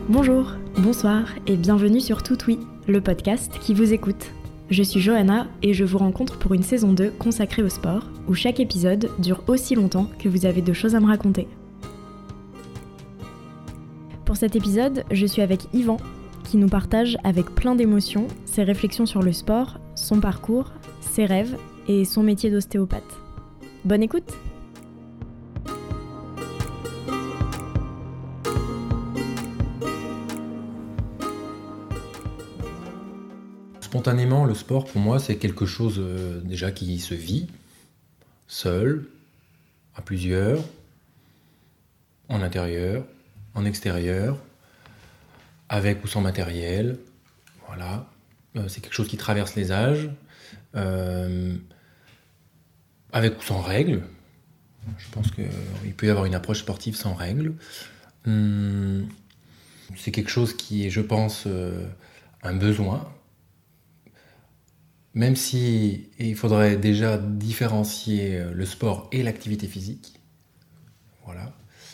Bonjour, bonsoir et bienvenue sur Tout Oui, le podcast qui vous écoute. Je suis Johanna et je vous rencontre pour une saison 2 consacrée au sport, où chaque épisode dure aussi longtemps que vous avez de choses à me raconter. Pour cet épisode, je suis avec Yvan, qui nous partage avec plein d'émotions ses réflexions sur le sport, son parcours, ses rêves et son métier d'ostéopathe. Bonne écoute! Spontanément, le sport, pour moi, c'est quelque chose déjà qui se vit, seul, à plusieurs, en intérieur, en extérieur, avec ou sans matériel. Voilà. C'est quelque chose qui traverse les âges, avec ou sans règles. Je pense qu'il peut y avoir une approche sportive sans règles. C'est quelque chose qui est, je pense, un besoin. Même si il faudrait déjà différencier le sport et l'activité physique. Voilà.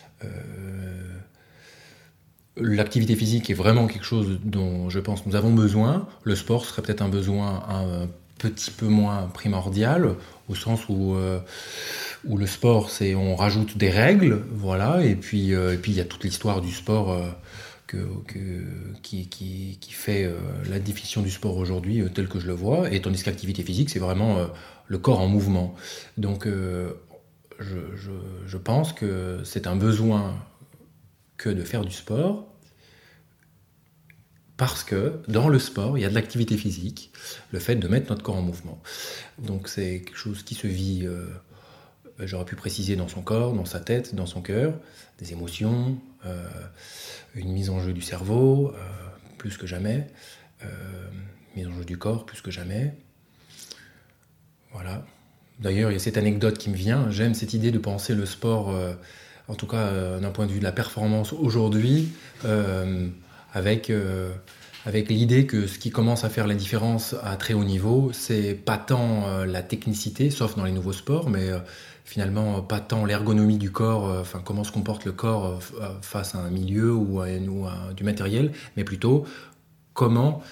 L'activité physique est vraiment quelque chose dont je pense nous avons besoin. Le sport serait peut-être un besoin un petit peu moins primordial, au sens où le sport, on rajoute des règles, voilà, et puis il y a toute l'histoire du sport qui fait la définition du sport aujourd'hui tel que je le vois, et tandis que l'activité physique, c'est vraiment le corps en mouvement. Donc je pense que c'est un besoin que de faire du sport, parce que dans le sport, il y a de l'activité physique, le fait de mettre notre corps en mouvement. Donc c'est quelque chose qui se vit, j'aurais pu préciser, dans son corps, dans sa tête, dans son cœur, des émotions, une mise en jeu du cerveau, plus que jamais, mise en jeu du corps, plus que jamais. Voilà. D'ailleurs, il y a cette anecdote qui me vient. J'aime cette idée de penser le sport, en tout cas d'un point de vue de la performance aujourd'hui, avec l'idée que ce qui commence à faire la différence à très haut niveau, c'est pas tant la technicité, sauf dans les nouveaux sports, mais finalement pas tant l'ergonomie du corps, comment se comporte le corps face à un milieu ou à du matériel, mais plutôt comment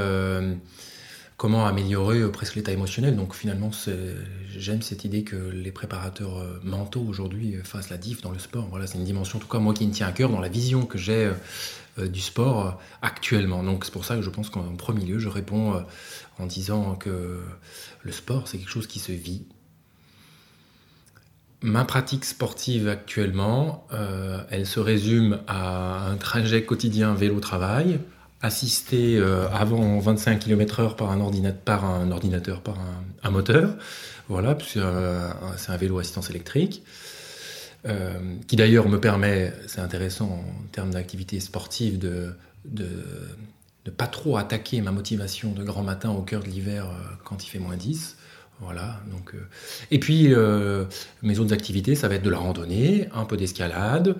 améliorer presque l'état émotionnel. Donc finalement, j'aime cette idée que les préparateurs mentaux aujourd'hui fassent la diff dans le sport. Voilà, c'est une dimension, en tout cas moi, qui me tient à cœur dans la vision que j'ai du sport actuellement. Donc c'est pour ça que je pense qu'en premier lieu, je réponds en disant que le sport, c'est quelque chose qui se vit. Ma pratique sportive actuellement, elle se résume à un trajet quotidien vélo-travail, assisté avant 25 km/h par un moteur, voilà, puisque c'est un vélo à assistance électrique, qui d'ailleurs me permet, c'est intéressant en termes d'activité sportive, de pas trop attaquer ma motivation de grand matin au cœur de l'hiver quand il fait -10. Voilà, donc, et puis mes autres activités, ça va être de la randonnée, un peu d'escalade.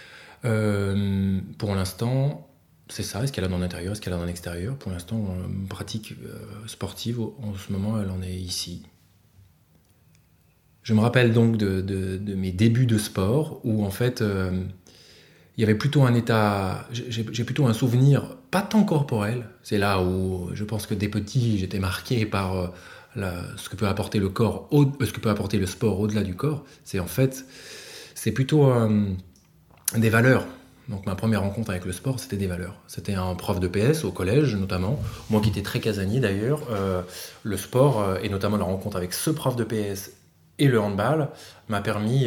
Pour l'instant, c'est ça, escalade en intérieur, escalade en extérieur. Pour l'instant, une pratique sportive, en ce moment, elle en est ici. Je me rappelle donc de mes débuts de sport, où en fait, il y avait plutôt un état, j'ai plutôt un souvenir pas tant corporel. C'est là où je pense que dès petit, j'étais marqué par ce que peut apporter le corps, ce que peut apporter le sport au-delà du corps. C'est plutôt des valeurs. Donc ma première rencontre avec le sport, c'était des valeurs. C'était un prof de PS au collège notamment, moi qui étais très casanier d'ailleurs. Le sport, et notamment la rencontre avec ce prof de PS et le handball, m'a permis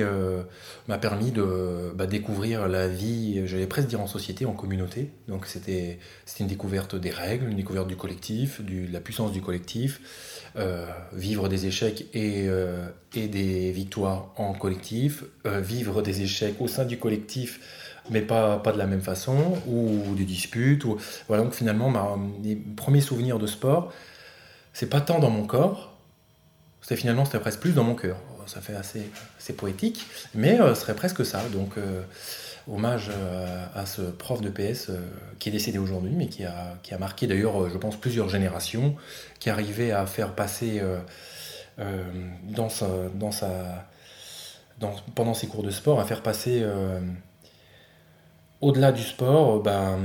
de découvrir la vie, j'allais presque dire en société, en communauté. Donc c'était une découverte des règles, une découverte du collectif, de la puissance du collectif, vivre des échecs et des victoires en collectif, vivre des échecs au sein du collectif, mais pas de la même façon, ou des disputes. Voilà, donc finalement, mes premiers souvenirs de sport, c'est pas tant dans mon corps, c'était presque plus dans mon cœur. Ça fait assez poétique, mais ce serait presque ça. Donc, hommage à ce prof de PS qui est décédé aujourd'hui, mais qui a marqué d'ailleurs, je pense, plusieurs générations, qui arrivait à faire passer pendant ses cours de sport, à faire passer au-delà du sport,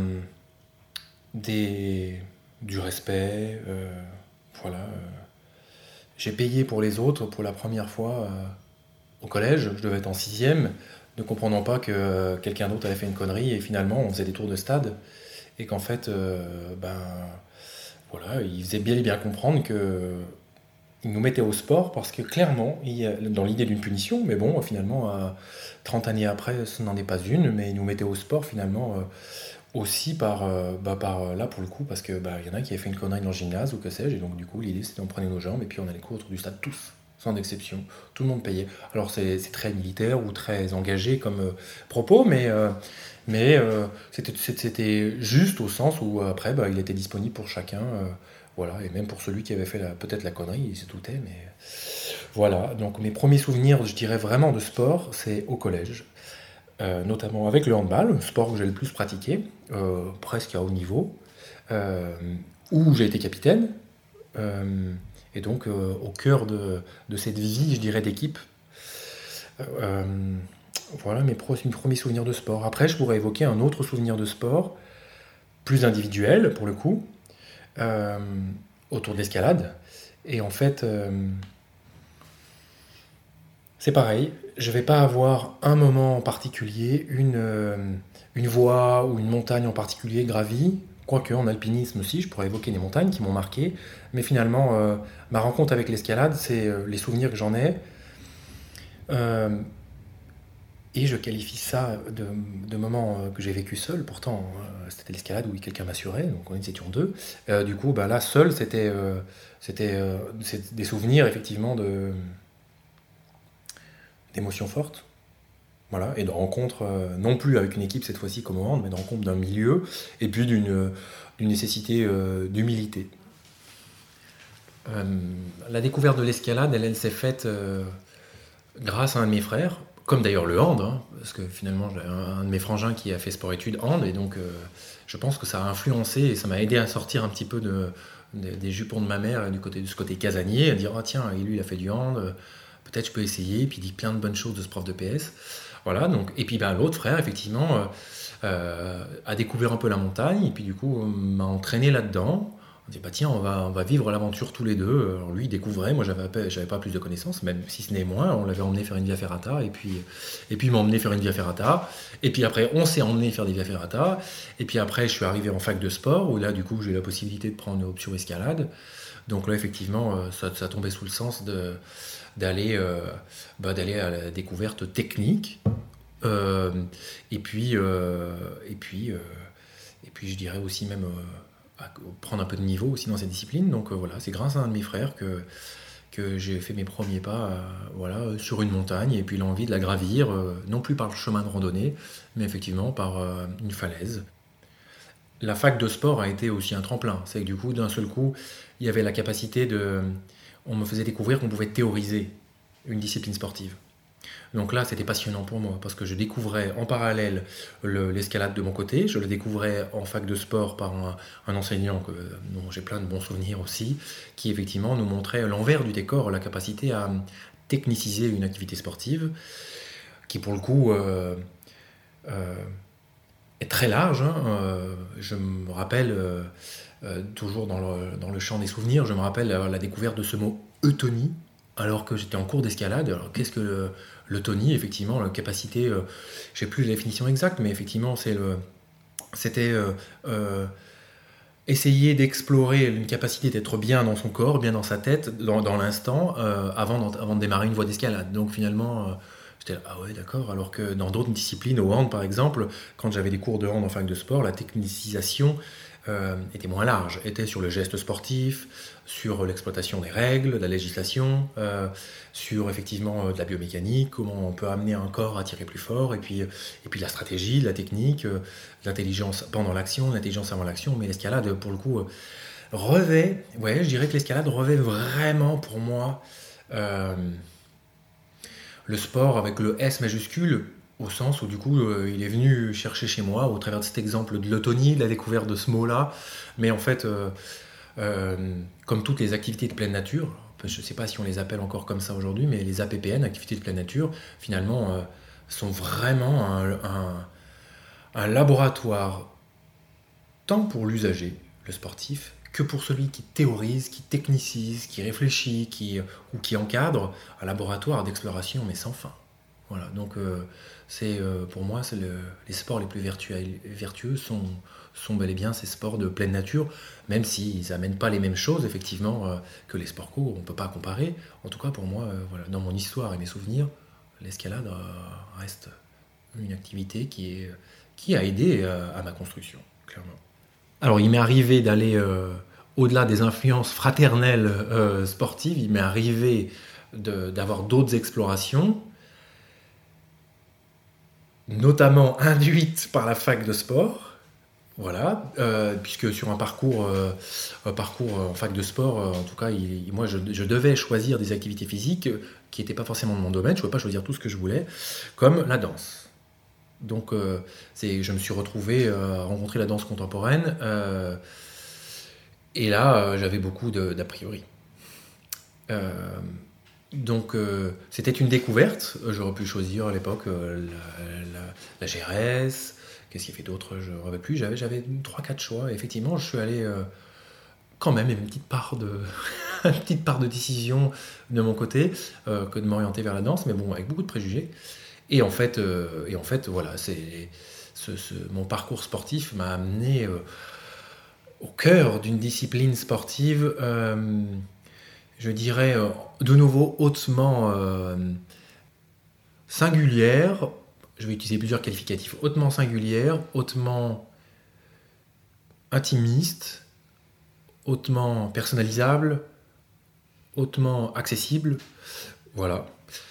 du respect, voilà. J'ai payé pour les autres pour la première fois au collège, je devais être en sixième, ne comprenant pas que quelqu'un d'autre avait fait une connerie et finalement on faisait des tours de stade et qu'en fait, voilà, il faisait bien et bien comprendre que il nous mettait au sport parce que clairement, dans l'idée d'une punition, mais bon, finalement, 30 années après, ce n'en est pas une, mais il nous mettait au sport finalement aussi là pour le coup, parce que il y en a qui avaient fait une connerie dans le gymnase ou que sais-je, et donc du coup, l'idée c'était on prenait nos jambes et puis on allait courir autour du stade tous, sans exception, tout le monde payait. Alors c'est très militaire ou très engagé comme propos, mais c'était juste au sens où après, il était disponible pour chacun. Voilà, et même pour celui qui avait fait peut-être la connerie, il se doutait, mais voilà. Donc mes premiers souvenirs, je dirais vraiment de sport, c'est au collège, notamment avec le handball, le sport que j'ai le plus pratiqué, presque à haut niveau, euh, où j'ai été capitaine, et donc au cœur de cette vie, je dirais, d'équipe. Euh, voilà mes premiers souvenirs de sport. Après, je pourrais évoquer un autre souvenir de sport, plus individuel pour le coup, euh, autour de l'escalade. Et en fait, c'est pareil, je ne vais pas avoir un moment en particulier, une voie ou une montagne en particulier gravie, quoique en alpinisme aussi, je pourrais évoquer des montagnes qui m'ont marqué, mais finalement, ma rencontre avec l'escalade, c'est les souvenirs que j'en ai, euh, et je qualifie ça de moments que j'ai vécu seul, pourtant c'était l'escalade où quelqu'un m'assurait, donc on était sur deux. Du coup, là, seul, c'est des souvenirs effectivement d'émotions fortes. Voilà, et de rencontres, non plus avec une équipe cette fois-ci comme au hand, mais de rencontres d'un milieu, et puis d'une nécessité d'humilité. Euh, la découverte de l'escalade, elle s'est faite grâce à un de mes frères, comme d'ailleurs le hand, hein, parce que finalement j'ai un de mes frangins qui a fait sport-études hand, et donc je pense que ça a influencé et ça m'a aidé à sortir un petit peu des jupons de ma mère, de ce côté casanier, à dire ah tiens, et lui il a fait du hand, peut-être je peux essayer, et puis il dit plein de bonnes choses de ce prof de PS. Voilà, donc, et puis l'autre frère, effectivement, a découvert un peu la montagne, et puis du coup m'a entraîné là-dedans. On dit bah tiens, on va vivre l'aventure tous les deux. Alors lui il découvrait, moi j'avais pas plus de connaissances, même si ce n'est moins. On l'avait emmené faire une via ferrata, et puis il m'a emmené faire une via ferrata, et puis après on s'est emmené faire des via ferrata, et puis après je suis arrivé en fac de sport, où là du coup j'ai eu la possibilité de prendre une option escalade. Donc là effectivement ça tombait sous le sens d'aller à la découverte technique. Euh, et puis je dirais aussi même à prendre un peu de niveau aussi dans cette discipline. Donc voilà, c'est grâce à un de mes frères que j'ai fait mes premiers pas voilà, sur une montagne et puis l'envie de la gravir, non plus par le chemin de randonnée, mais effectivement par une falaise. La fac de sport a été aussi un tremplin. C'est que du coup, d'un seul coup, il y avait la capacité de... On me faisait découvrir qu'on pouvait théoriser une discipline sportive. Donc là, c'était passionnant pour moi parce que je découvrais en parallèle l'escalade de mon côté, je le découvrais en fac de sport par un enseignant dont j'ai plein de bons souvenirs aussi, qui effectivement nous montrait l'envers du décor, la capacité à techniciser une activité sportive, qui pour le coup euh, est très large. Hein. Je me rappelle, toujours dans le champ des souvenirs, je me rappelle la découverte de ce mot eutonie, alors que j'étais en cours d'escalade. Alors qu'est-ce que l'eutonie, effectivement, la capacité, je n'ai plus la définition exacte, mais effectivement, c'était essayer d'explorer une capacité d'être bien dans son corps, bien dans sa tête, dans l'instant, avant de démarrer une voie d'escalade. Donc finalement, j'étais là, ah ouais, d'accord, alors que dans d'autres disciplines, au hand par exemple, quand j'avais des cours de hand en fac de sport, la technicisation était moins large, était sur le geste sportif, sur l'exploitation des règles, de la législation, sur effectivement de la biomécanique, comment on peut amener un corps à tirer plus fort, et puis la stratégie, la technique, l'intelligence pendant l'action, l'intelligence avant l'action, mais l'escalade, pour le coup, je dirais que l'escalade revêt vraiment pour moi le sport avec le S majuscule, au sens où du coup il est venu chercher chez moi au travers de cet exemple de l'eutonie, de la découverte de ce mot-là, mais en fait comme toutes les activités de pleine nature, je ne sais pas si on les appelle encore comme ça aujourd'hui, mais les APPN, activités de pleine nature, finalement sont vraiment un laboratoire tant pour l'usager, le sportif, que pour celui qui théorise, qui technicise, qui réfléchit, ou qui encadre, un laboratoire d'exploration mais sans fin. Voilà, donc pour moi, les sports les plus vertueux sont bel et bien ces sports de pleine nature, même s'ils n'amènent pas les mêmes choses, effectivement, que les sports co, on ne peut pas comparer. En tout cas, pour moi, voilà, dans mon histoire et mes souvenirs, l'escalade reste une activité qui a aidé à ma construction, clairement. Alors, il m'est arrivé d'aller au-delà des influences fraternelles sportives, il m'est arrivé d'avoir d'autres explorations, notamment induite par la fac de sport, voilà, puisque sur un parcours en fac de sport, en tout cas, moi je devais choisir des activités physiques qui n'étaient pas forcément de mon domaine, je ne pouvais pas choisir tout ce que je voulais, comme la danse. Donc je me suis retrouvé à rencontrer la danse contemporaine, et là j'avais beaucoup d'a priori. Donc c'était une découverte, j'aurais pu choisir à l'époque la GRS, qu'est-ce qu'il y avait d'autre, je ne me rappelle plus, j'avais 3-4 choix, et effectivement je suis allé quand même, il y avait une petite part de décision de mon côté, que de m'orienter vers la danse, mais bon, avec beaucoup de préjugés, et en fait voilà, mon parcours sportif m'a amené au cœur d'une discipline sportive, je dirais, de nouveau hautement singulière. Je vais utiliser plusieurs qualificatifs. Hautement singulière, hautement intimiste, hautement personnalisable, hautement accessible. Voilà.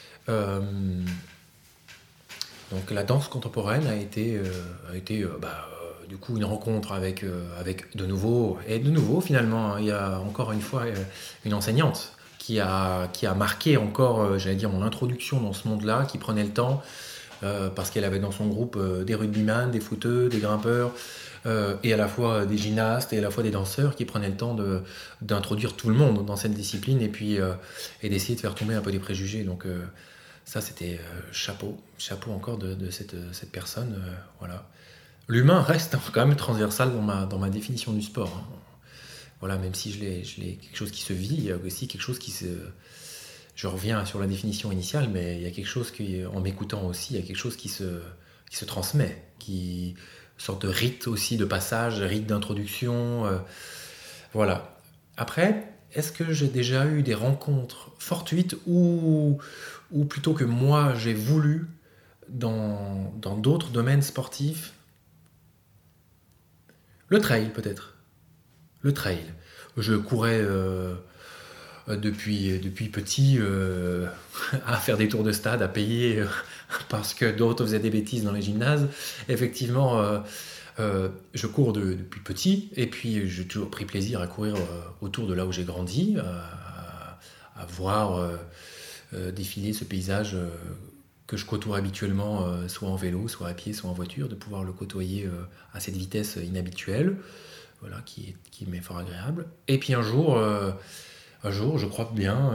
Donc la danse contemporaine a été du coup une rencontre avec de nouveau finalement, il y a encore une fois une enseignante qui a marqué encore, j'allais dire, mon introduction dans ce monde-là, qui prenait le temps, parce qu'elle avait dans son groupe des rugbyman, des footeux, des grimpeurs, et à la fois des gymnastes et à la fois des danseurs qui prenaient le temps d'introduire tout le monde dans cette discipline, et puis et d'essayer de faire tomber un peu des préjugés. Donc ça, c'était chapeau encore de cette personne, voilà. L'humain reste quand même transversal dans ma définition du sport, hein. Voilà, même si je l'ai quelque chose qui se vit, il y a aussi quelque chose qui se... Je reviens sur la définition initiale, mais il y a quelque chose qui, en m'écoutant aussi, il y a quelque chose qui se transmet, une sorte de rite aussi de passage, rite d'introduction, voilà. Après, est-ce que j'ai déjà eu des rencontres fortuites ou plutôt que moi j'ai voulu dans d'autres domaines sportifs? Le trail, peut-être. Le trail. Je courais depuis petit à faire des tours de stade, à payer parce que d'autres faisaient des bêtises dans les gymnases. Effectivement, je cours depuis petit, et puis j'ai toujours pris plaisir à courir autour de là où j'ai grandi, à voir défiler ce paysage que je côtoie habituellement, soit en vélo, soit à pied, soit en voiture, de pouvoir le côtoyer à cette vitesse inhabituelle, voilà, qui m'est fort agréable. Et puis un jour, je crois bien,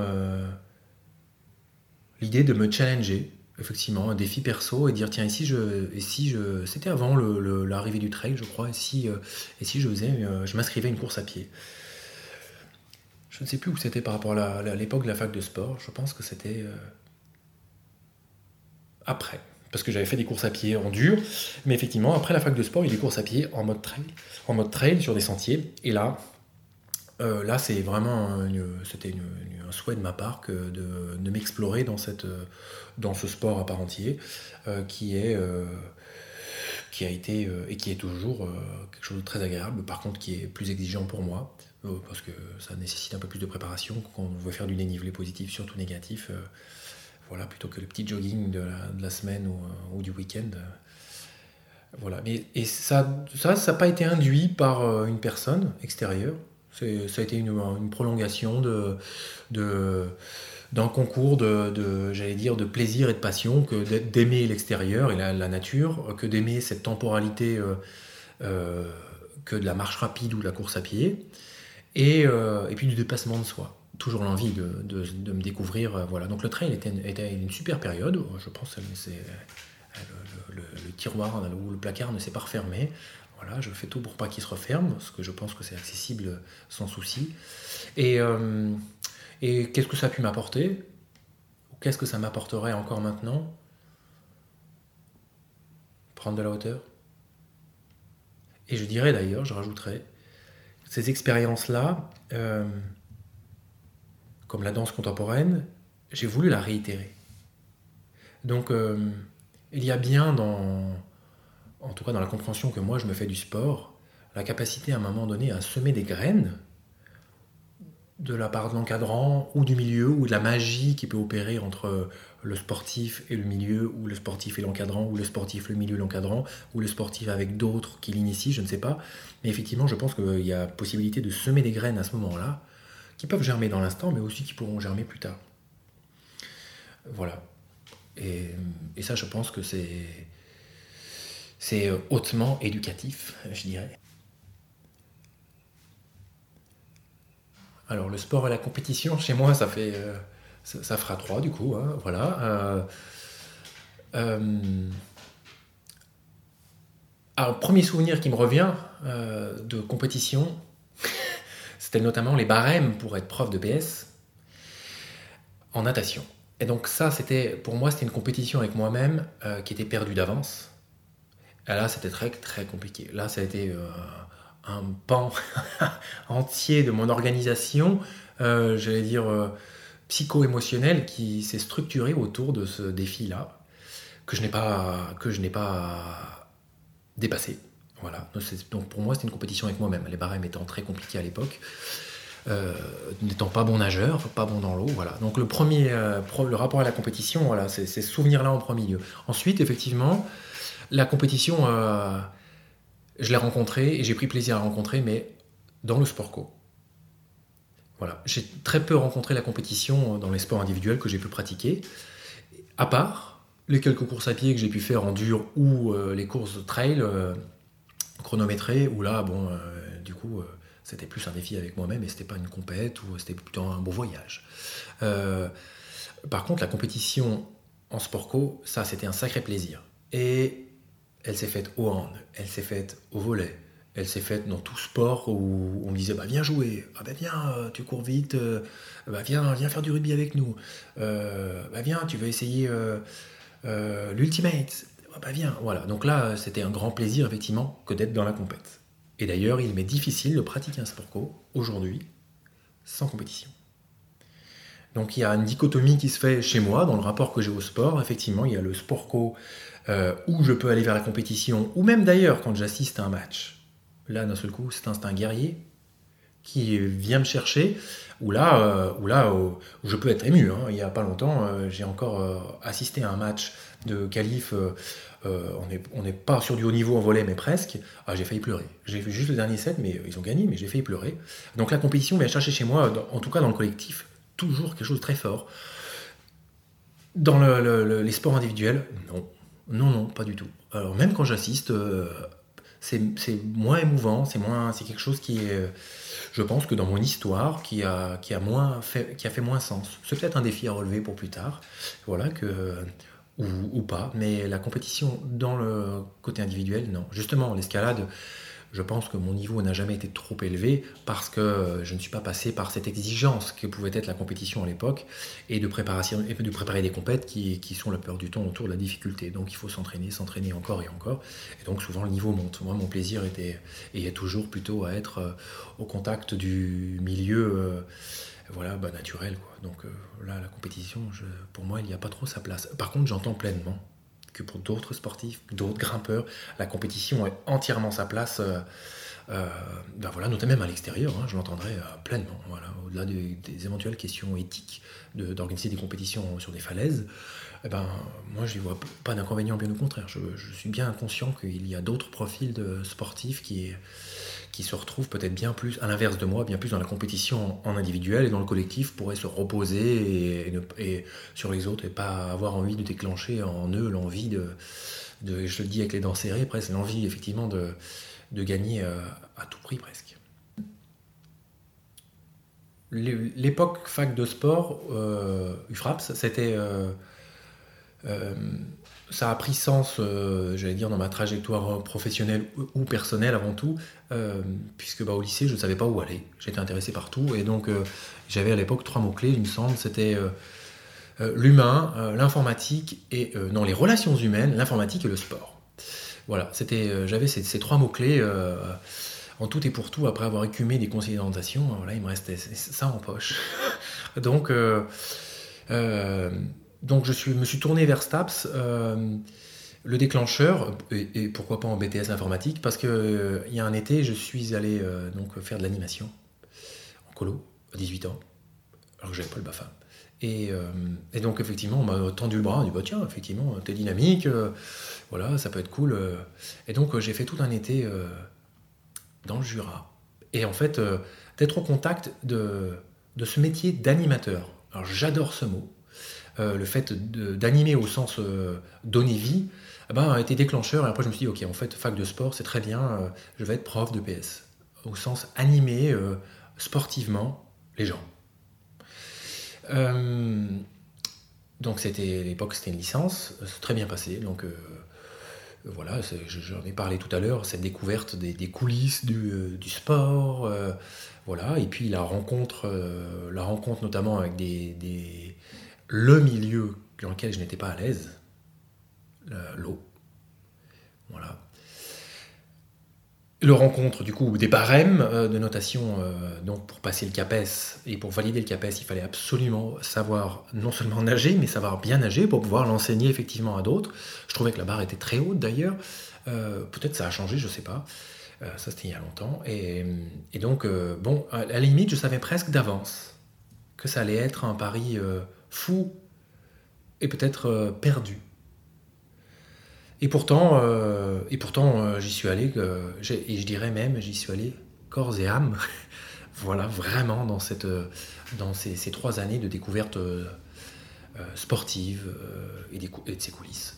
l'idée de me challenger, effectivement, un défi perso, et dire tiens, c'était avant l'arrivée du trail, je crois, et si je m'inscrivais à une course à pied. Je ne sais plus où c'était par rapport à l'époque de la fac de sport, je pense que c'était après, parce que j'avais fait des courses à pied en dur, mais effectivement, après la fac de sport, il y a des courses à pied en mode trail sur des sentiers, et là c'est vraiment c'était un souhait de ma part de m'explorer dans ce sport à part entier, qui a été et qui est toujours quelque chose de très agréable, par contre qui est plus exigeant pour moi, parce que ça nécessite un peu plus de préparation quand on veut faire du dénivelé positif, surtout négatif, voilà, plutôt que le petit jogging de la semaine ou du week-end. Voilà. Et ça n'a pas été induit par une personne extérieure. Ça a été une prolongation d'un concours j'allais dire, de plaisir et de passion, que d'aimer l'extérieur et la nature, que d'aimer cette temporalité que de la marche rapide ou de la course à pied, et puis du dépassement de soi. Toujours l'envie de me découvrir, voilà. Donc le trail était une super période, je pense, Le tiroir ou le placard ne s'est pas refermé. Voilà, je fais tout pour pas qu'il se referme, parce que je pense que c'est accessible sans souci. Et qu'est-ce que ça a pu m'apporter ? Qu'est-ce que ça m'apporterait encore maintenant ? Prendre de la hauteur. Et je dirais d'ailleurs, je rajouterais, ces expériences-là, comme la danse contemporaine, j'ai voulu la réitérer. Donc, il y a bien en tout cas dans la compréhension que moi je me fais du sport, la capacité à un moment donné à semer des graines de la part de l'encadrant ou du milieu, ou de la magie qui peut opérer entre le sportif et le milieu, ou le sportif et l'encadrant, ou le sportif, le milieu, l'encadrant, ou le sportif avec d'autres qui l'initient, je ne sais pas. Mais effectivement, je pense qu'il y a possibilité de semer des graines à ce moment-là, qui peuvent germer dans l'instant, mais aussi qui pourront germer plus tard. Voilà. Et ça, je pense que c'est hautement éducatif, je dirais. Alors, le sport et la compétition, chez moi, ça fera 3 du coup. Hein, voilà. Alors, premier souvenir qui me revient de compétition, c'était notamment les barèmes pour être prof de PS en natation. Et donc ça, pour moi, c'était une compétition avec moi-même qui était perdue d'avance. Et là, c'était très, très compliqué. Là, ça a été un pan entier de mon organisation, j'allais dire psycho-émotionnelle, qui s'est structuré autour de ce défi-là, que je n'ai pas dépassé. Voilà. Donc pour moi, c'était une compétition avec moi-même. Les barèmes étant très compliqués à l'époque. N'étant pas bon nageur, pas bon dans l'eau, voilà. Donc le rapport à la compétition, voilà, c'est ce souvenir-là en premier lieu. Ensuite, effectivement, la compétition, je l'ai rencontrée et j'ai pris plaisir à la rencontrer, mais dans le sport co. Voilà, j'ai très peu rencontré la compétition dans les sports individuels que j'ai pu pratiquer, à part les quelques courses à pied que j'ai pu faire en dur ou les courses de trail chronométrées, où là, du coup. C'était plus un défi avec moi-même et c'était pas une compète ou c'était plutôt un beau voyage. Par contre, la compétition en sport co, ça c'était un sacré plaisir. Et elle s'est faite au hand, elle s'est faite au volley, elle s'est faite dans tout sport où on me disait viens jouer, viens, tu cours vite, viens faire du rugby avec nous, viens, tu veux essayer l'ultimate, viens. Voilà. Donc là, c'était un grand plaisir effectivement que d'être dans la compète. Et d'ailleurs, il m'est difficile de pratiquer un sport co aujourd'hui sans compétition. Donc il y a une dichotomie qui se fait chez moi dans le rapport que j'ai au sport. Effectivement, il y a le sport co où je peux aller vers la compétition, ou même d'ailleurs quand j'assiste à un match. Là, d'un seul coup, c'est un guerrier qui vient me chercher, où je peux être ému. Hein. Il n'y a pas longtemps, j'ai encore assisté à un match de qualif. On n'est pas sur du haut niveau en volley, mais presque. J'ai failli pleurer. J'ai vu juste le dernier set, mais ils ont gagné, mais j'ai failli pleurer. Donc la compétition vient chercher chez moi, en tout cas dans le collectif, toujours quelque chose de très fort. Dans les sports individuels, non, pas du tout. Alors même quand j'assiste, c'est moins émouvant, c'est quelque chose qui est, je pense que dans mon histoire, qui a fait moins sens. C'est peut-être un défi à relever pour plus tard, voilà, ou pas, mais la compétition dans le côté individuel, non. Justement, l'escalade, je pense que mon niveau n'a jamais été trop élevé parce que je ne suis pas passé par cette exigence que pouvait être la compétition à l'époque et de préparer des compètes qui sont la plupart du temps autour de la difficulté. Donc il faut s'entraîner encore et encore. Et donc souvent le niveau monte. Moi, mon plaisir est toujours plutôt à être au contact du milieu naturel, quoi. Donc là, la compétition, pour moi, il n'y a pas trop sa place. Par contre, j'entends pleinement que pour d'autres sportifs, d'autres grimpeurs, la compétition est entièrement sa place, notamment même à l'extérieur, hein, je l'entendrai pleinement. Voilà, au-delà des éventuelles questions éthiques d'organiser des compétitions sur des falaises, moi je n'y vois pas d'inconvénient, bien au contraire. Je suis bien conscient qu'il y a d'autres profils de sportifs qui se retrouvent peut-être bien plus, à l'inverse de moi, bien plus dans la compétition en individuel, et dans le collectif pourraient se reposer et sur les autres et pas avoir envie de déclencher en eux l'envie de je le dis avec les dents serrées, presque l'envie effectivement de gagner à tout prix presque. L'époque fac de sport, UFRAPS, c'était Ça a pris sens, j'allais dire, dans ma trajectoire professionnelle ou personnelle avant tout, puisque au lycée, je ne savais pas où aller. J'étais intéressé par tout, et donc j'avais à l'époque 3 mots-clés, il me semble. C'était l'humain, l'informatique et... non, les relations humaines, l'informatique et le sport. Voilà, j'avais ces 3 mots-clés en tout et pour tout. Après avoir écumé des conseillers d'orientation, voilà, il me restait ça en poche. Donc... donc me suis tourné vers STAPS, le déclencheur, et pourquoi pas en BTS informatique, parce que il y a un été, je suis allé donc faire de l'animation en colo, à 18 ans, alors que j'avais pas le BAFA. Et donc effectivement, on m'a tendu le bras, on m'a dit tiens, effectivement, t'es dynamique, voilà, ça peut être cool. Et donc j'ai fait tout un été dans le Jura. Et en fait, d'être au contact de ce métier d'animateur. Alors j'adore ce mot. Le fait d'animer au sens donner vie, a été déclencheur. Et après, je me suis dit, ok, en fait, fac de sport, c'est très bien, je vais être prof de PS. Au sens animer sportivement les gens. Donc, à l'époque, c'était une licence, c'est très bien passé. Donc, voilà, j'en ai parlé tout à l'heure, cette découverte des coulisses du sport. Voilà, et puis la rencontre notamment avec le milieu dans lequel je n'étais pas à l'aise, l'eau. Voilà. Le rencontre du coup des barèmes de notation, donc pour passer le CAPES et pour valider le CAPES, il fallait absolument savoir non seulement nager, mais savoir bien nager pour pouvoir l'enseigner effectivement à d'autres. Je trouvais que la barre était très haute d'ailleurs. Peut-être ça a changé, je sais pas. Ça c'était il y a longtemps. Et donc, bon, à la limite, je savais presque d'avance que ça allait être un pari fou et peut-être perdu. Et pourtant, j'y suis allé, et je dirais même, j'y suis allé corps et âme. Voilà, vraiment dans ces 3 années de découverte sportive et de ses coulisses.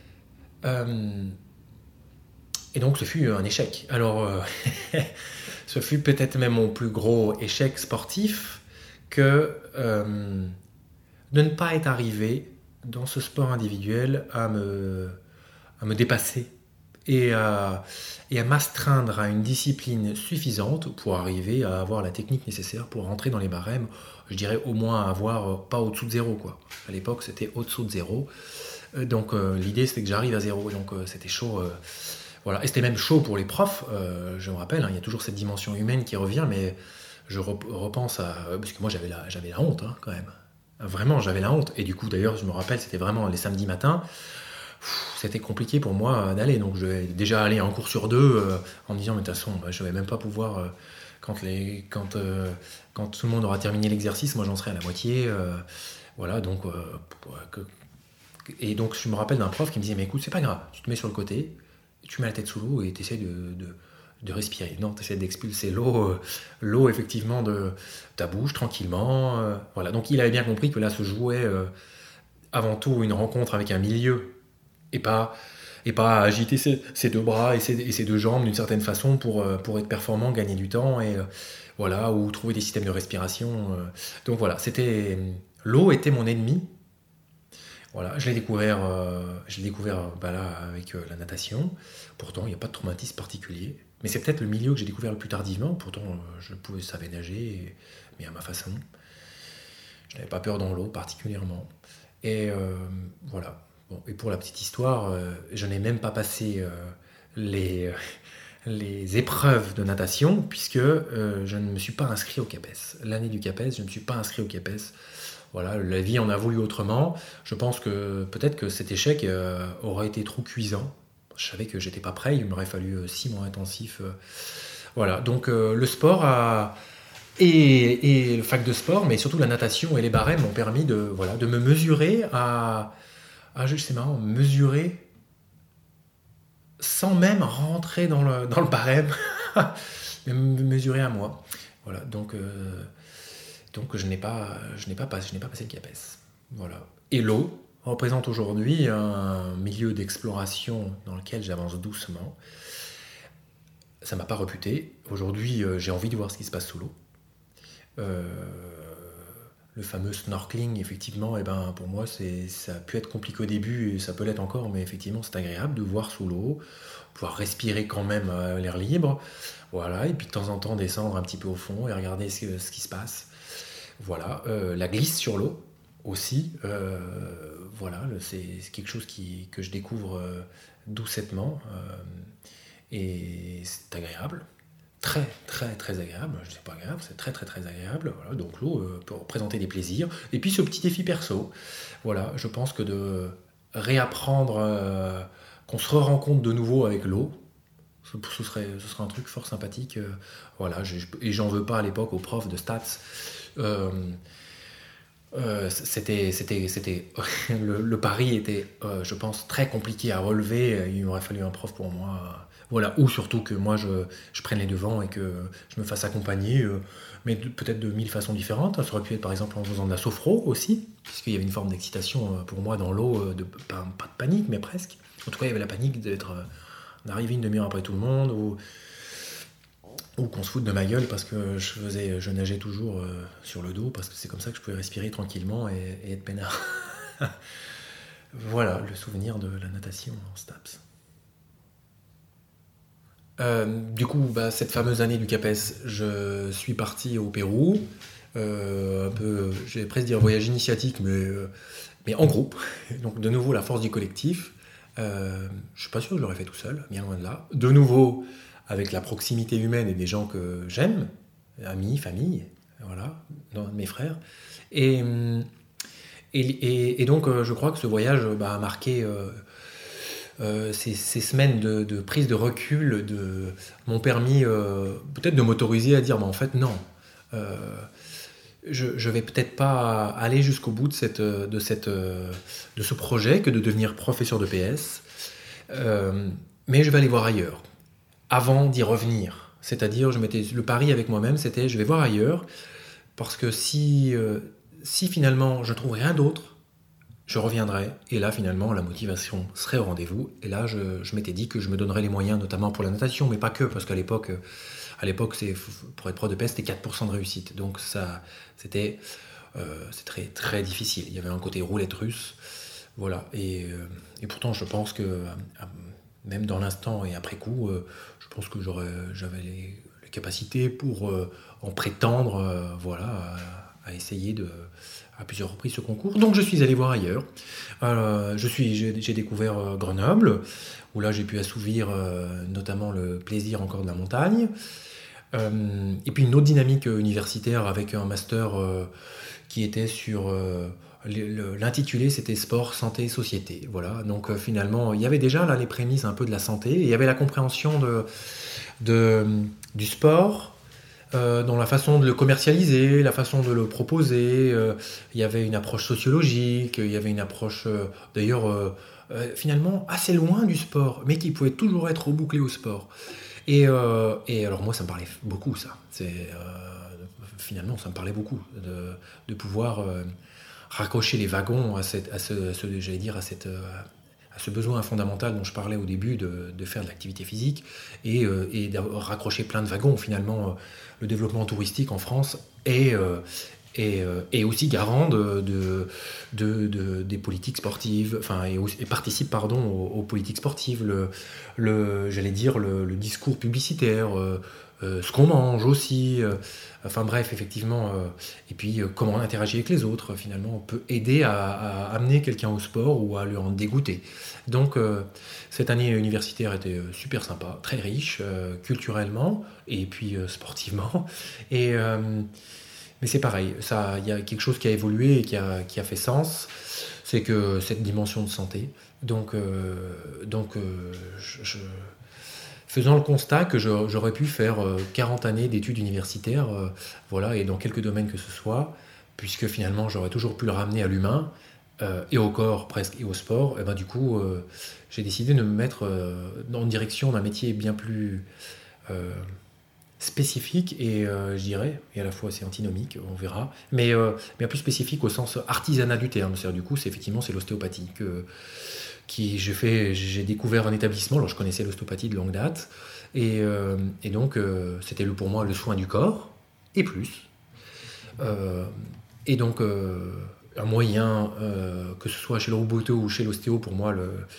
Et donc, ce fut un échec. Alors, ce fut peut-être même mon plus gros échec sportif que de ne pas être arrivé dans ce sport individuel à me dépasser et à m'astreindre à une discipline suffisante pour arriver à avoir la technique nécessaire pour rentrer dans les barèmes. Je dirais au moins avoir pas au-dessous de 0, quoi. À l'époque, c'était au-dessous de 0. Donc l'idée, c'était que j'arrive à 0. Donc c'était chaud. Voilà. Et c'était même chaud pour les profs. Je me rappelle, il y a toujours cette dimension humaine qui revient, mais je repense à... Parce que moi, j'avais la honte, quand même. Vraiment, j'avais la honte. Et du coup, d'ailleurs, je me rappelle, c'était vraiment les samedis matins. C'était compliqué pour moi d'aller. Donc, je vais déjà aller un cours sur 2 en me disant, mais de toute façon, je ne vais même pas pouvoir... Quand tout le monde aura terminé l'exercice, moi, j'en serai à la moitié. Voilà, donc... Et donc, je me rappelle d'un prof qui me disait, mais écoute, c'est pas grave. Tu te mets sur le côté, tu mets la tête sous l'eau et tu essaies de respirer. Non, tu essaies d'expulser l'eau effectivement de ta bouche tranquillement. Voilà. Donc il avait bien compris que là se jouait avant tout une rencontre avec un milieu et pas agiter ses 2 bras et ses 2 jambes d'une certaine façon pour être performant, gagner du temps et voilà, ou trouver des systèmes de respiration. Donc voilà, l'eau était mon ennemi. Voilà, je l'ai découvert là avec la natation. Pourtant, il n'y a pas de traumatisme particulier. Mais c'est peut-être le milieu que j'ai découvert le plus tardivement. Pourtant, je savais nager, mais à ma façon. Je n'avais pas peur dans l'eau particulièrement. Et voilà. Bon, et pour la petite histoire, je n'ai même pas passé les épreuves de natation puisque je ne me suis pas inscrit au CAPES. L'année du CAPES, je ne me suis pas inscrit au CAPES. Voilà, la vie en a voulu autrement. Je pense que peut-être que cet échec aurait été trop cuisant. Je savais que j'étais pas prêt, il m'aurait fallu 6 mois intensifs. Voilà, donc le sport et le fac de sport, mais surtout la natation et les barèmes m'ont permis de me mesurer c'est marrant, mesurer sans même rentrer dans le barème, mais me mesurer à moi. Voilà, donc je n'ai pas passé le CAPES. Voilà. Et l'eau représente aujourd'hui un milieu d'exploration dans lequel j'avance doucement. Ça ne m'a pas rebuté. Aujourd'hui, j'ai envie de voir ce qui se passe sous l'eau. le fameux snorkeling, effectivement, pour moi, ça a pu être compliqué au début et ça peut l'être encore, mais effectivement, c'est agréable de voir sous l'eau, pouvoir respirer quand même à l'air libre, voilà, et puis de temps en temps descendre un petit peu au fond et regarder ce qui se passe. Voilà, la glisse sur l'eau aussi, voilà, c'est quelque chose que je découvre doucettement et c'est agréable. Très très très agréable, je ne sais pas agréable, c'est très très très agréable, voilà, donc l'eau peut représenter des plaisirs, et puis ce petit défi perso, voilà, je pense que de réapprendre, qu'on se rencontre de nouveau avec l'eau, ce serait un truc fort sympathique, voilà, et j'en veux pas à l'époque aux profs de stats, c'était le pari était, je pense, très compliqué à relever, il m'aurait fallu un prof pour moi. Voilà, ou surtout que moi je prenne les devants et que je me fasse accompagner, mais peut-être de 1000 façons différentes. Ça aurait pu être par exemple en faisant de la sophro aussi, puisqu'il y avait une forme d'excitation pour moi dans l'eau, pas de panique, mais presque. En tout cas, il y avait la panique d'arriver une demi-heure après tout le monde, ou qu'on se foute de ma gueule parce que je nageais toujours sur le dos, parce que c'est comme ça que je pouvais respirer tranquillement et être peinard. Voilà le souvenir de la natation en STAPS. Du coup, cette fameuse année du CAPES, je suis parti au Pérou, un peu, j'allais presque dire voyage initiatique, mais en groupe. Donc de nouveau la force du collectif. Je suis pas sûr que je l'aurais fait tout seul, bien loin de là. De nouveau avec la proximité humaine et des gens que j'aime, amis, famille, voilà, mes frères. Et donc je crois que ce voyage a marqué. Ces semaines de prise de recul m'ont permis peut-être de m'autoriser à dire en fait non, je vais peut-être pas aller jusqu'au bout de ce projet que de devenir professeur de PS, mais je vais aller voir ailleurs avant d'y revenir. C'est-à-dire, le pari avec moi-même, c'était je vais voir ailleurs, parce que si finalement je trouve rien d'autre, je reviendrai, et là finalement la motivation serait au rendez-vous, et là je m'étais dit que je me donnerais les moyens, notamment pour la natation, mais pas que, parce qu'à l'époque pour être prof de PS, c'était 4% de réussite, donc c'était très, très difficile, il y avait un côté roulette russe, voilà, et pourtant je pense que même dans l'instant et après coup, je pense que j'avais les capacités pour en prétendre, voilà, à essayer à plusieurs reprises ce concours. Donc je suis allé voir ailleurs. J'ai découvert Grenoble, où là j'ai pu assouvir notamment le plaisir encore de la montagne. Et puis une autre dynamique universitaire avec un master qui était sur... l'intitulé c'était sport, santé, société. Voilà. Donc finalement, il y avait déjà là les prémices un peu de la santé, et il y avait la compréhension du sport, dans la façon de le commercialiser, la façon de le proposer. Il y avait une approche sociologique, il y avait une approche d'ailleurs finalement assez loin du sport, mais qui pouvait toujours être rebouclée au sport. Et alors moi ça me parlait beaucoup, ça. Finalement ça me parlait beaucoup de pouvoir raccrocher les wagons à ce besoin fondamental dont je parlais au début de faire de l'activité physique, et d'avoir raccroché plein de wagons. Finalement, le développement touristique en France est aussi garant des politiques sportives, et participe aux politiques sportives, j'allais dire le discours publicitaire, ce qu'on mange aussi, enfin bref, effectivement, et puis comment on interagit avec les autres, finalement, on peut aider à amener quelqu'un au sport ou à lui en dégoûter. Donc cette année universitaire était super sympa, très riche, culturellement, et puis sportivement, mais c'est pareil, il y a quelque chose qui a évolué et qui a fait sens, c'est que cette dimension de santé, faisant le constat que j'aurais pu faire 40 années d'études universitaires, voilà, et dans quelques domaines que ce soit, puisque finalement j'aurais toujours pu le ramener à l'humain, et au corps presque, et au sport, et du coup j'ai décidé de me mettre en direction d'un métier bien plus spécifique, et je dirais, et à la fois c'est antinomique, on verra, mais bien plus spécifique au sens artisanat du terme. C'est-à-dire, du coup, c'est l'ostéopathie j'ai découvert un établissement. Alors je connaissais l'ostéopathie de longue date, et donc c'était pour moi le soin du corps et plus. Et donc, un moyen, que ce soit chez le roboto ou chez l'ostéo, pour moi,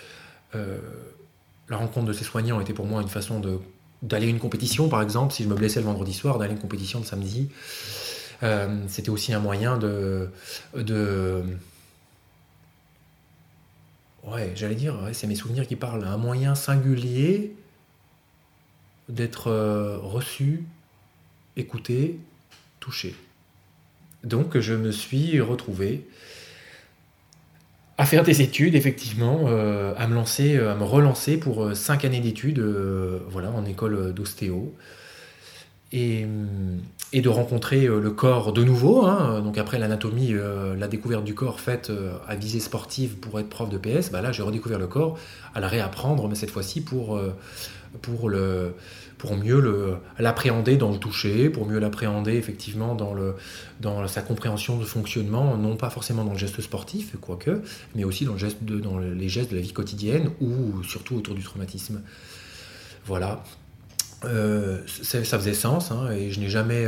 la rencontre de ces soignants était pour moi une façon d'aller à une compétition, par exemple, si je me blessais le vendredi soir, d'aller à une compétition le samedi. C'était aussi un moyen ouais, j'allais dire, ouais, c'est mes souvenirs qui parlent, un moyen singulier d'être reçu, écouté, touché. Donc je me suis retrouvé à faire des études, effectivement, à me relancer pour 5 années d'études, voilà, en école d'ostéo. Et, et de rencontrer le corps de nouveau, hein. Donc après l'anatomie, la découverte du corps faite à visée sportive pour être prof de PS, bah là j'ai redécouvert le corps à la réapprendre, mais cette fois-ci pour mieux l'appréhender dans le toucher, pour mieux l'appréhender effectivement dans sa compréhension de fonctionnement, non pas forcément dans le geste sportif, quoique, mais aussi dans les gestes de la vie quotidienne ou surtout autour du traumatisme. Voilà. Ça faisait sens, hein, et je n'ai jamais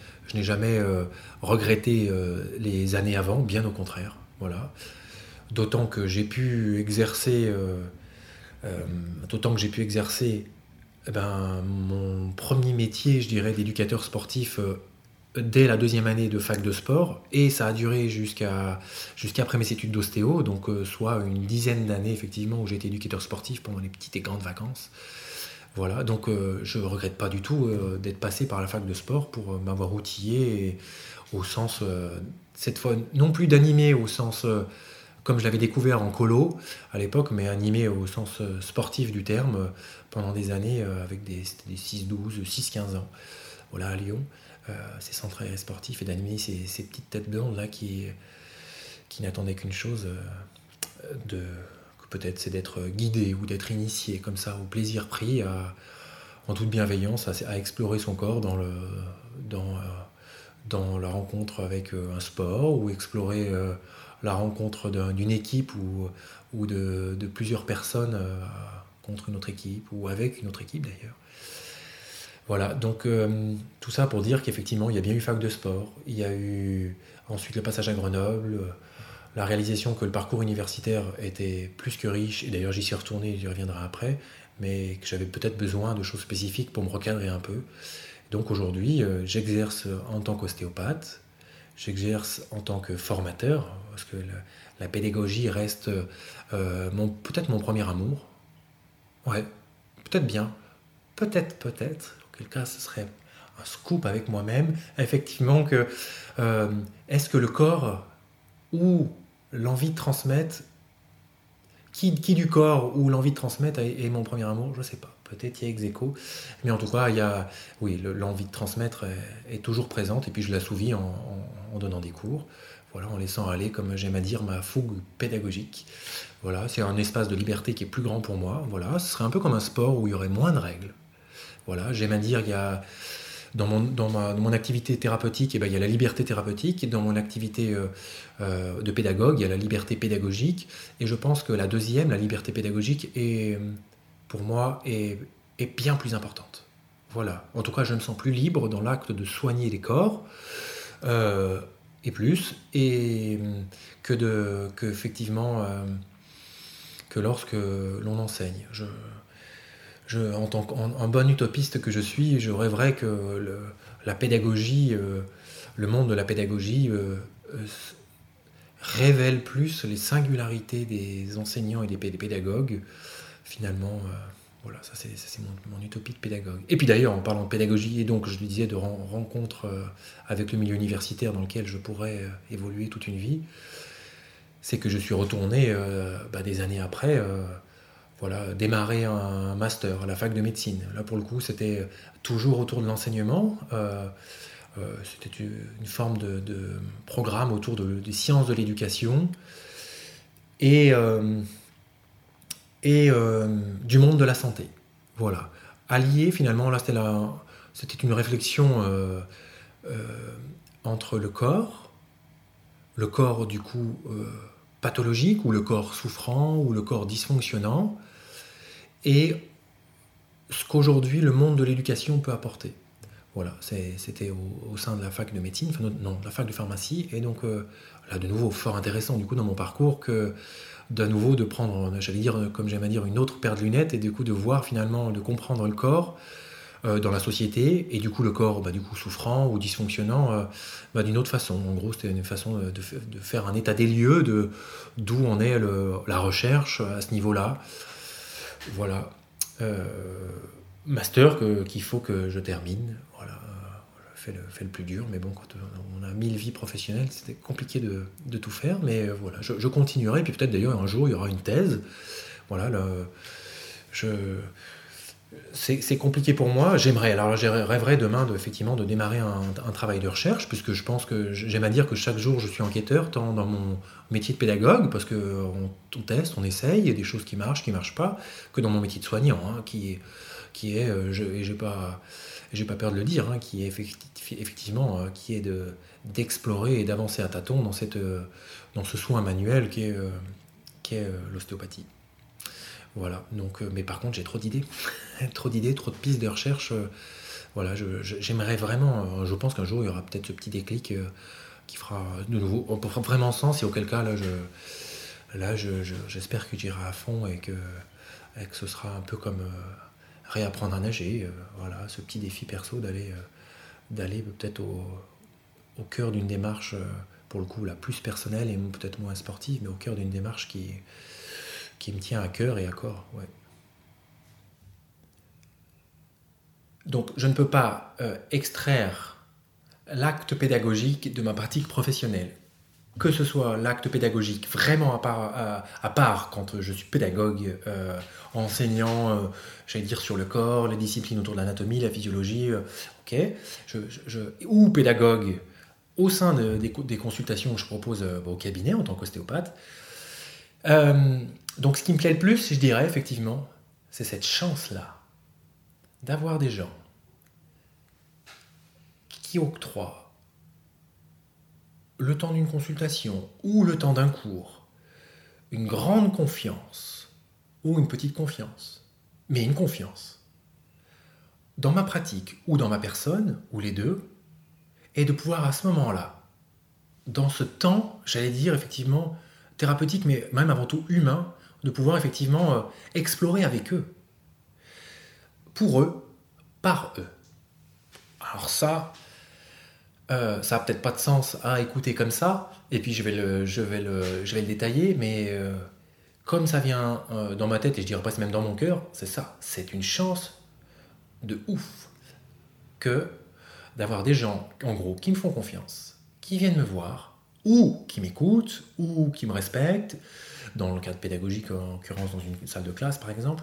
regretté les années avant, bien au contraire. Voilà. D'autant que j'ai pu exercer, mon premier métier, je dirais, d'éducateur sportif dès la 2e année de fac de sport, et ça a duré jusqu'après mes études d'ostéo, donc soit une dizaine d'années effectivement où j'ai été éducateur sportif pendant les petites et grandes vacances. Voilà, donc je ne regrette pas du tout d'être passé par la fac de sport pour m'avoir outillé au sens, cette fois, non plus d'animer au sens, comme je l'avais découvert en colo à l'époque, mais animé au sens sportif du terme pendant des années avec des 6-12, 6-15 ans. Voilà, à Lyon, ces centres sportifs et d'animer ces petites têtes blondes là qui n'attendaient qu'une chose, peut-être c'est d'être guidé ou d'être initié comme ça au plaisir pris en toute bienveillance à explorer son corps dans la rencontre avec un sport, ou explorer la rencontre d'une équipe ou de plusieurs personnes contre une autre équipe ou avec une autre équipe d'ailleurs. Voilà, donc tout ça pour dire qu'effectivement il y a bien eu fac de sport, il y a eu ensuite le passage à Grenoble, la réalisation que le parcours universitaire était plus que riche, et d'ailleurs j'y suis retourné, j'y reviendrai après, mais que j'avais peut-être besoin de choses spécifiques pour me recadrer un peu. Donc aujourd'hui, j'exerce en tant qu'ostéopathe, j'exerce en tant que formateur, parce que la pédagogie reste peut-être mon premier amour. Ouais, peut-être bien, peut-être, auquel cas ce serait un scoop avec moi-même, effectivement, que est-ce que le corps ou l'envie de transmettre, qui du corps ou l'envie de transmettre est mon premier amour, je ne sais pas. Peut-être il y a ex aequo, mais en tout cas, l'envie de transmettre est toujours présente, et puis je l'assouvis en donnant des cours, voilà, en laissant aller, comme j'aime à dire, ma fougue pédagogique. Voilà, c'est un espace de liberté qui est plus grand pour moi. Voilà, ce serait un peu comme un sport où il y aurait moins de règles. Voilà, j'aime à dire, il y a dans mon activité thérapeutique, il y a la liberté thérapeutique. Dans mon activité de pédagogue, il y a la liberté pédagogique. Et je pense que la deuxième, la liberté pédagogique, pour moi, est bien plus importante. Voilà. En tout cas, je me sens plus libre dans l'acte de soigner les corps, et plus, et effectivement, que lorsque l'on enseigne. En tant qu'un bon utopiste que je suis, je rêverais que la pédagogie, le monde de la pédagogie révèle plus les singularités des enseignants et des pédagogues. Finalement, voilà, ça c'est mon utopie de pédagogue. Et puis d'ailleurs, en parlant de pédagogie, et donc je le disais, de rencontre avec le milieu universitaire dans lequel je pourrais évoluer toute une vie, c'est que je suis retourné des années après, démarrer un master à la fac de médecine. Là, pour le coup, c'était toujours autour de l'enseignement. C'était une forme de programme autour des sciences de l'éducation et du monde de la santé. Voilà. Allié, finalement, là, c'était une réflexion entre le corps du coup pathologique, ou le corps souffrant, ou le corps dysfonctionnant, et ce qu'aujourd'hui le monde de l'éducation peut apporter. Voilà, c'était au sein de la fac de médecine, enfin non, de la fac de pharmacie. Et donc là, de nouveau, fort intéressant du coup dans mon parcours que de nouveau de prendre, j'allais dire, comme j'aime à dire, une autre paire de lunettes et du coup de voir finalement, de comprendre le corps dans la société et du coup le corps du coup souffrant ou dysfonctionnant d'une autre façon. En gros, c'était une façon de faire un état des lieux de d'où en est la recherche à ce niveau-là. Voilà. Master qu'il faut que je termine. Voilà. Je fais le plus dur, mais bon, quand on a 1000 vies professionnelles, c'était compliqué de tout faire, mais voilà, je continuerai, puis peut-être d'ailleurs un jour il y aura une thèse. Voilà, c'est compliqué pour moi. Je rêverais demain effectivement de démarrer un travail de recherche, puisque je pense que j'aime à dire que chaque jour je suis enquêteur, tant dans mon métier de pédagogue, parce qu'on teste, on essaye, il y a des choses qui marchent pas, que dans mon métier de soignant, hein, et j'ai pas peur de le dire, hein, qui est effectivement qui est d'explorer et d'avancer à tâtons dans ce soin manuel qui est l'ostéopathie. Voilà, donc, mais par contre j'ai trop d'idées, trop de pistes de recherche. Voilà, j'aimerais vraiment, je pense qu'un jour il y aura peut-être ce petit déclic qui fera de nouveau vraiment sens, et auquel cas j'espère que j'irai à fond et que ce sera un peu comme réapprendre à nager. Voilà, ce petit défi perso d'aller peut-être au cœur d'une démarche, pour le coup la plus personnelle et peut-être moins sportive, mais au cœur d'une démarche qui me tient à cœur et à corps. Ouais. Donc je ne peux pas extraire l'acte pédagogique de ma pratique professionnelle. Que ce soit l'acte pédagogique vraiment à part quand je suis pédagogue, enseignant, j'allais dire sur le corps, les disciplines autour de l'anatomie, la physiologie, ok, ou pédagogue au sein des consultations que je propose au cabinet en tant qu'ostéopathe. Donc ce qui me plaît le plus, je dirais effectivement, c'est cette chance-là d'avoir des gens qui octroient le temps d'une consultation ou le temps d'un cours une grande confiance ou une petite confiance, mais une confiance dans ma pratique ou dans ma personne, ou les deux, et de pouvoir à ce moment-là, dans ce temps, j'allais dire effectivement thérapeutique, mais même avant tout humain, de pouvoir effectivement explorer avec eux, pour eux, par eux. Alors ça a peut-être pas de sens à écouter comme ça, et puis je vais le détailler, mais comme ça vient dans ma tête, et je dirais presque même dans mon cœur, c'est ça, c'est une chance de ouf que d'avoir des gens, en gros, qui me font confiance, qui viennent me voir, ou qui m'écoutent, ou qui me respectent, dans le cadre pédagogique, en l'occurrence dans une salle de classe par exemple,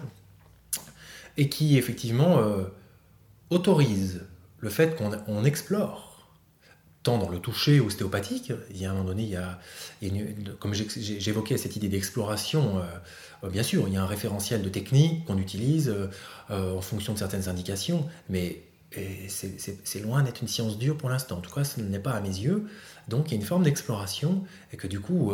et qui effectivement autorisent le fait qu'on explore, tant dans le toucher ostéopathique, il y a un moment donné, comme j'évoquais cette idée d'exploration, bien sûr, il y a un référentiel de technique qu'on utilise en fonction de certaines indications, mais c'est loin d'être une science dure pour l'instant, en tout cas ce n'est pas à mes yeux, donc il y a une forme d'exploration, et que du coup,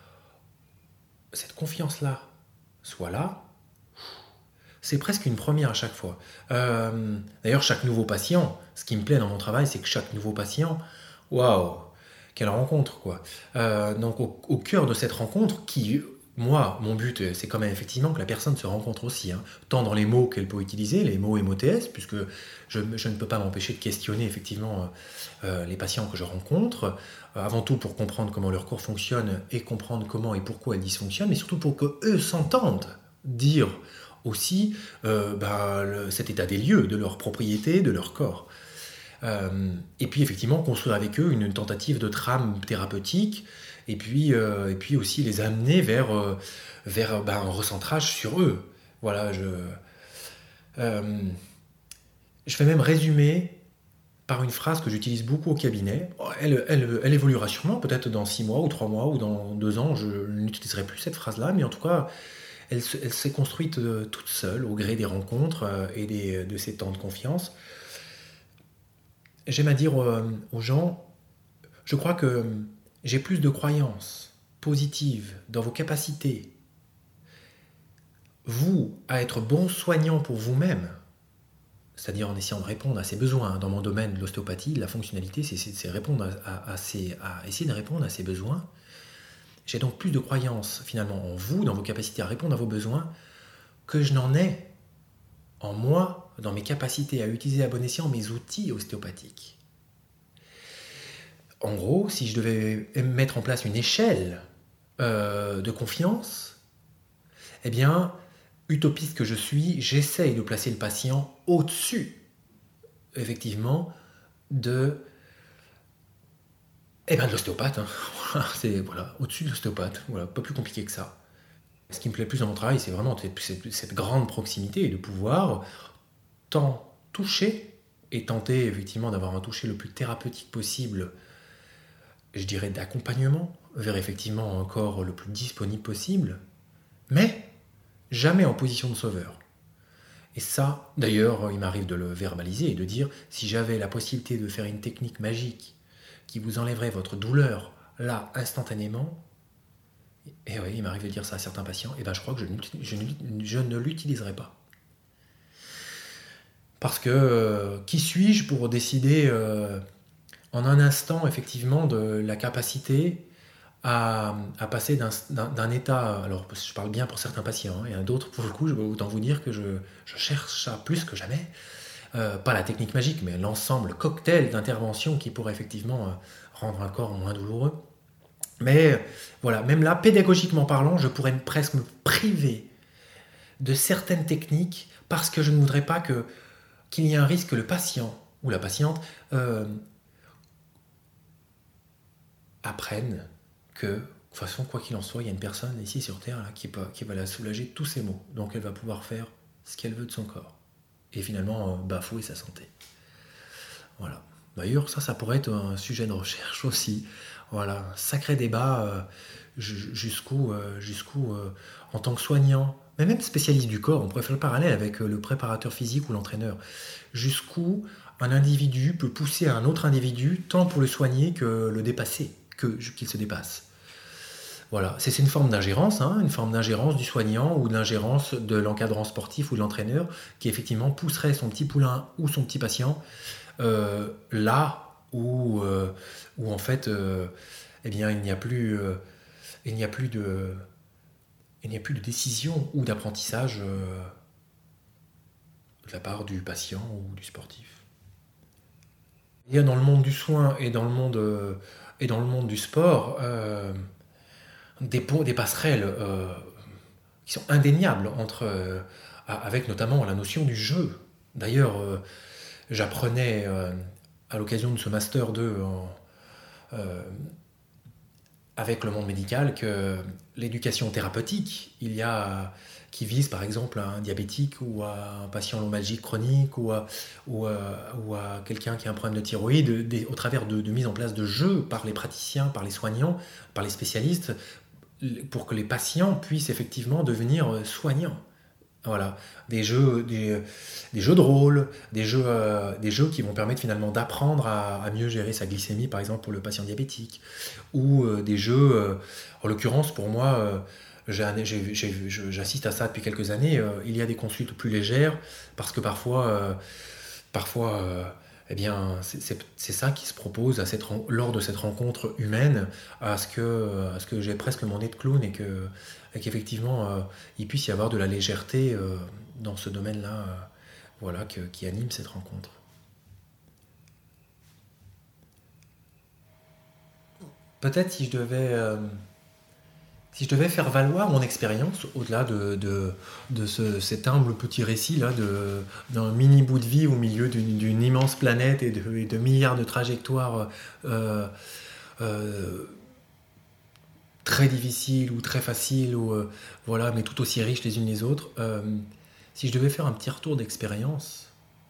cette confiance-là soit là, c'est presque une première à chaque fois. D'ailleurs, chaque nouveau patient, ce qui me plaît dans mon travail, c'est que chaque nouveau patient, waouh, quelle rencontre, quoi. Donc au cœur de cette rencontre, moi, mon but, c'est quand même effectivement que la personne se rencontre aussi, hein, tant dans les mots qu'elle peut utiliser, les mots MOTS, puisque je ne peux pas m'empêcher de questionner effectivement les patients que je rencontre, avant tout pour comprendre comment leur corps fonctionne et comprendre comment et pourquoi elle dysfonctionne, mais surtout pour qu'eux s'entendent dire aussi cet état des lieux, de leur propriété, de leur corps. Et puis effectivement construire avec eux une tentative de trame thérapeutique, et puis aussi les amener vers un recentrage sur eux. Voilà, je vais même résumer par une phrase que j'utilise beaucoup au cabinet. Elle évoluera sûrement, peut-être dans 6 mois ou 3 mois ou dans 2 ans, je n'utiliserai plus cette phrase-là, mais en tout cas, elle s'est construite toute seule au gré des rencontres et de ces temps de confiance. J'aime à dire aux gens, je crois que j'ai plus de croyances positives dans vos capacités, vous, à être bon soignant pour vous-même, c'est-à-dire en essayant de répondre à ses besoins. Dans mon domaine de l'ostéopathie, la fonctionnalité, c'est répondre à essayer de répondre à ses besoins. J'ai donc plus de croyance finalement en vous, dans vos capacités à répondre à vos besoins, que je n'en ai en moi, dans mes capacités à utiliser à bon escient mes outils ostéopathiques. En gros, si je devais mettre en place une échelle de confiance, eh bien, utopiste que je suis, j'essaye de placer le patient au-dessus, effectivement, de l'ostéopathe. Hein. C'est au-dessus de l'ostéopathe. Voilà, pas plus compliqué que ça. Ce qui me plaît le plus dans mon travail, c'est vraiment cette grande proximité et de pouvoir tant toucher et tenter effectivement d'avoir un toucher le plus thérapeutique possible, je dirais d'accompagnement, vers effectivement un corps le plus disponible possible, mais jamais en position de sauveur. Et ça, d'ailleurs, il m'arrive de le verbaliser et de dire, si j'avais la possibilité de faire une technique magique qui vous enlèverait votre douleur, là, instantanément, et oui, il m'arrive de dire ça à certains patients, et je crois que je ne l'utiliserai pas. Parce que qui suis-je pour décider en un instant, effectivement, de la capacité à passer d'un état, alors je parle bien pour certains patients, et d'autres, pour le coup, je peux autant vous dire que je cherche ça plus que jamais, pas la technique magique, mais l'ensemble, le cocktail d'interventions qui pourrait effectivement rendre un corps moins douloureux. Mais voilà, même là, pédagogiquement parlant, je pourrais presque me priver de certaines techniques parce que je ne voudrais pas qu'il y ait un risque que le patient ou la patiente apprenne que, de toute façon, quoi qu'il en soit, il y a une personne ici sur Terre là, qui va la soulager de tous ses maux. Donc elle va pouvoir faire ce qu'elle veut de son corps. Et finalement, bafouer sa santé. Voilà. D'ailleurs, ça pourrait être un sujet de recherche aussi. Voilà, un sacré débat jusqu'où en tant que soignant, mais même spécialiste du corps, on pourrait faire le parallèle avec le préparateur physique ou l'entraîneur, jusqu'où un individu peut pousser un autre individu tant pour le soigner que le dépasser, qu'il se dépasse. Voilà, c'est une forme d'ingérence, une forme d'ingérence du soignant ou de l'ingérence de l'encadrant sportif ou de l'entraîneur qui effectivement pousserait son petit poulain ou son petit patient là où en fait il n'y a plus de décision ou d'apprentissage de la part du patient ou du sportif. Il y a dans le monde du soin et dans le monde du sport des passerelles qui sont indéniables avec notamment la notion du jeu. D'ailleurs, j'apprenais à l'occasion de ce Master 2 avec le monde médical que l'éducation thérapeutique, qui vise par exemple à un diabétique ou à un patient lombalgique chronique ou à quelqu'un qui a un problème de thyroïde, au travers de mise en place de jeux par les praticiens, par les soignants, par les spécialistes, pour que les patients puissent effectivement devenir soignants. Voilà, des jeux de rôle, des jeux qui vont permettre finalement d'apprendre à mieux gérer sa glycémie, par exemple pour le patient diabétique, ou des jeux, en l'occurrence pour moi, j'assiste à ça depuis quelques années, il y a des consultes plus légères, parce que parfois c'est ça qui se propose lors de cette rencontre humaine, à ce que j'ai presque mon nez de clown et qu'effectivement il puisse y avoir de la légèreté dans ce domaine-là, qui anime cette rencontre. Peut-être si je devais faire valoir mon expérience au-delà de cet humble petit récit là, d'un mini bout de vie au milieu d'une immense planète et de milliards de trajectoires très difficiles ou très faciles, mais tout aussi riches les unes les autres, si je devais faire un petit retour d'expérience,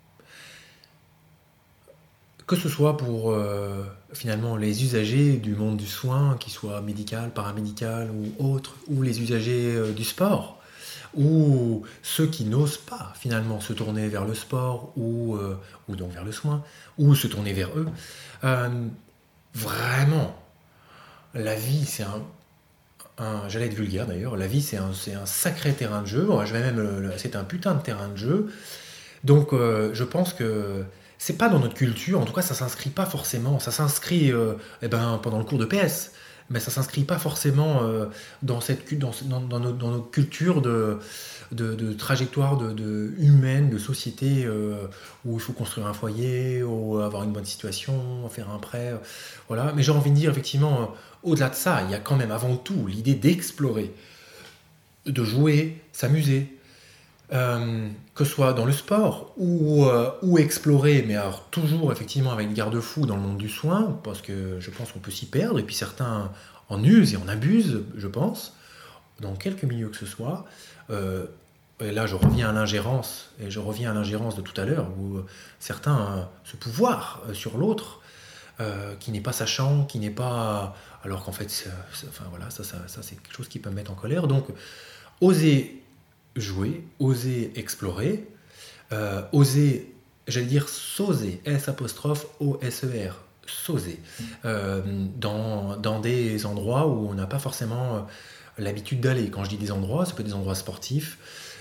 que ce soit pour finalement les usagers du monde du soin, qu'ils soient médical, paramédical ou autres, ou les usagers du sport, ou ceux qui n'osent pas finalement se tourner vers le sport ou donc vers le soin, ou se tourner vers eux, vraiment, la vie c'est j'allais être vulgaire d'ailleurs, la vie c'est un sacré terrain de jeu, c'est un putain de terrain de jeu, Donc je pense que c'est pas dans notre culture, en tout cas ça s'inscrit pas forcément, ça s'inscrit pendant le cours de PS, mais ça s'inscrit pas forcément dans notre culture de trajectoire humaine, de société, où il faut construire un foyer, ou avoir une bonne situation, faire un prêt, voilà. Mais j'ai envie de dire, effectivement, au-delà de ça, il y a quand même avant tout l'idée d'explorer, de jouer, s'amuser, que ce soit dans le sport ou explorer, mais alors toujours effectivement avec garde-fou dans le monde du soin, parce que je pense qu'on peut s'y perdre, et puis certains en usent et en abusent, je pense, dans quelque milieu que ce soit. Et là, je reviens à l'ingérence de tout à l'heure, où certains ce pouvoir sur l'autre, qui n'est pas sachant, qui n'est pas... Alors qu'en fait, ça c'est quelque chose qui peut me mettre en colère. Donc, oser jouer, oser explorer, oser, j'allais dire s'oser, S'-O-S-E-R, s'oser, dans des endroits où on n'a pas forcément l'habitude d'aller. Quand je dis des endroits, ça peut être des endroits sportifs,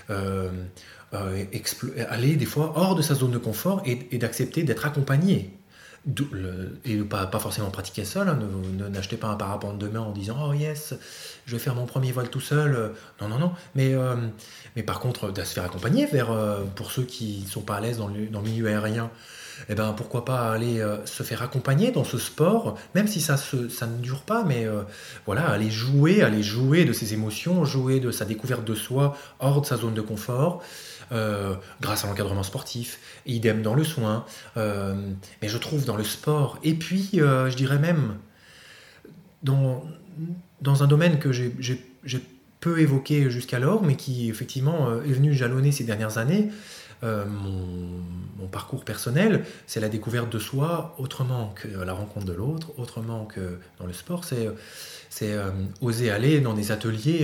aller des fois hors de sa zone de confort et d'accepter d'être accompagné. Et pas forcément pratiquer seul, hein, n'achetez pas un parapente demain en disant oh yes, je vais faire mon premier vol tout seul. Non, mais par contre de se faire accompagner pour ceux qui ne sont pas à l'aise dans le milieu aérien, pourquoi pas aller se faire accompagner dans ce sport, même si ça ne dure pas, mais aller jouer de ses émotions, jouer de sa découverte de soi hors de sa zone de confort, grâce à l'encadrement sportif, idem dans le soin, mais je trouve dans le sport, et puis je dirais même dans un domaine que j'ai peu évoqué jusqu'alors, mais qui effectivement est venu jalonner ces dernières années, mon parcours personnel, c'est la découverte de soi autrement que la rencontre de l'autre, autrement que dans le sport, c'est oser aller dans des ateliers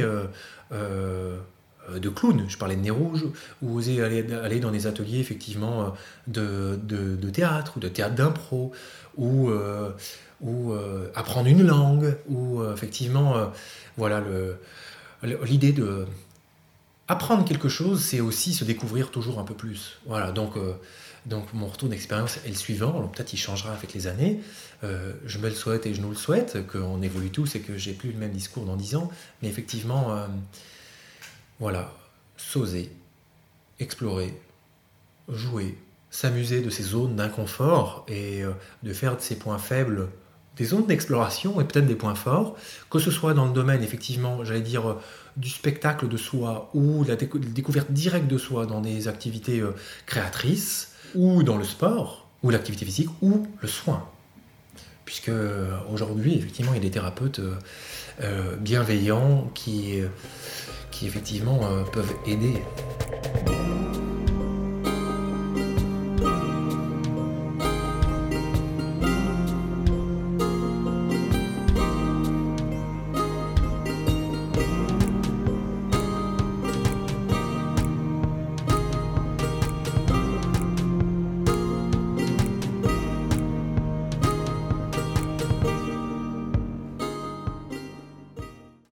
de clown, je parlais de Nez Rouge, ou oser aller dans des ateliers effectivement de théâtre, ou de théâtre d'impro, ou apprendre une langue, ou effectivement l'idée de apprendre quelque chose, c'est aussi se découvrir toujours un peu plus. Voilà, donc mon retour d'expérience est le suivant. Alors peut-être il changera avec les années. Je me le souhaite et je nous le souhaite, qu'on évolue tous et que j'ai plus le même discours dans 10 ans. Mais effectivement, s'oser, explorer, jouer, s'amuser de ces zones d'inconfort et de faire de ses points faibles des zones d'exploration et peut-être des points forts, que ce soit dans le domaine, effectivement, j'allais dire, du spectacle de soi ou la découverte directe de soi dans des activités créatrices, ou dans le sport, ou l'activité physique, ou le soin. Puisque aujourd'hui, effectivement, il y a des thérapeutes bienveillants qui effectivement, peuvent aider.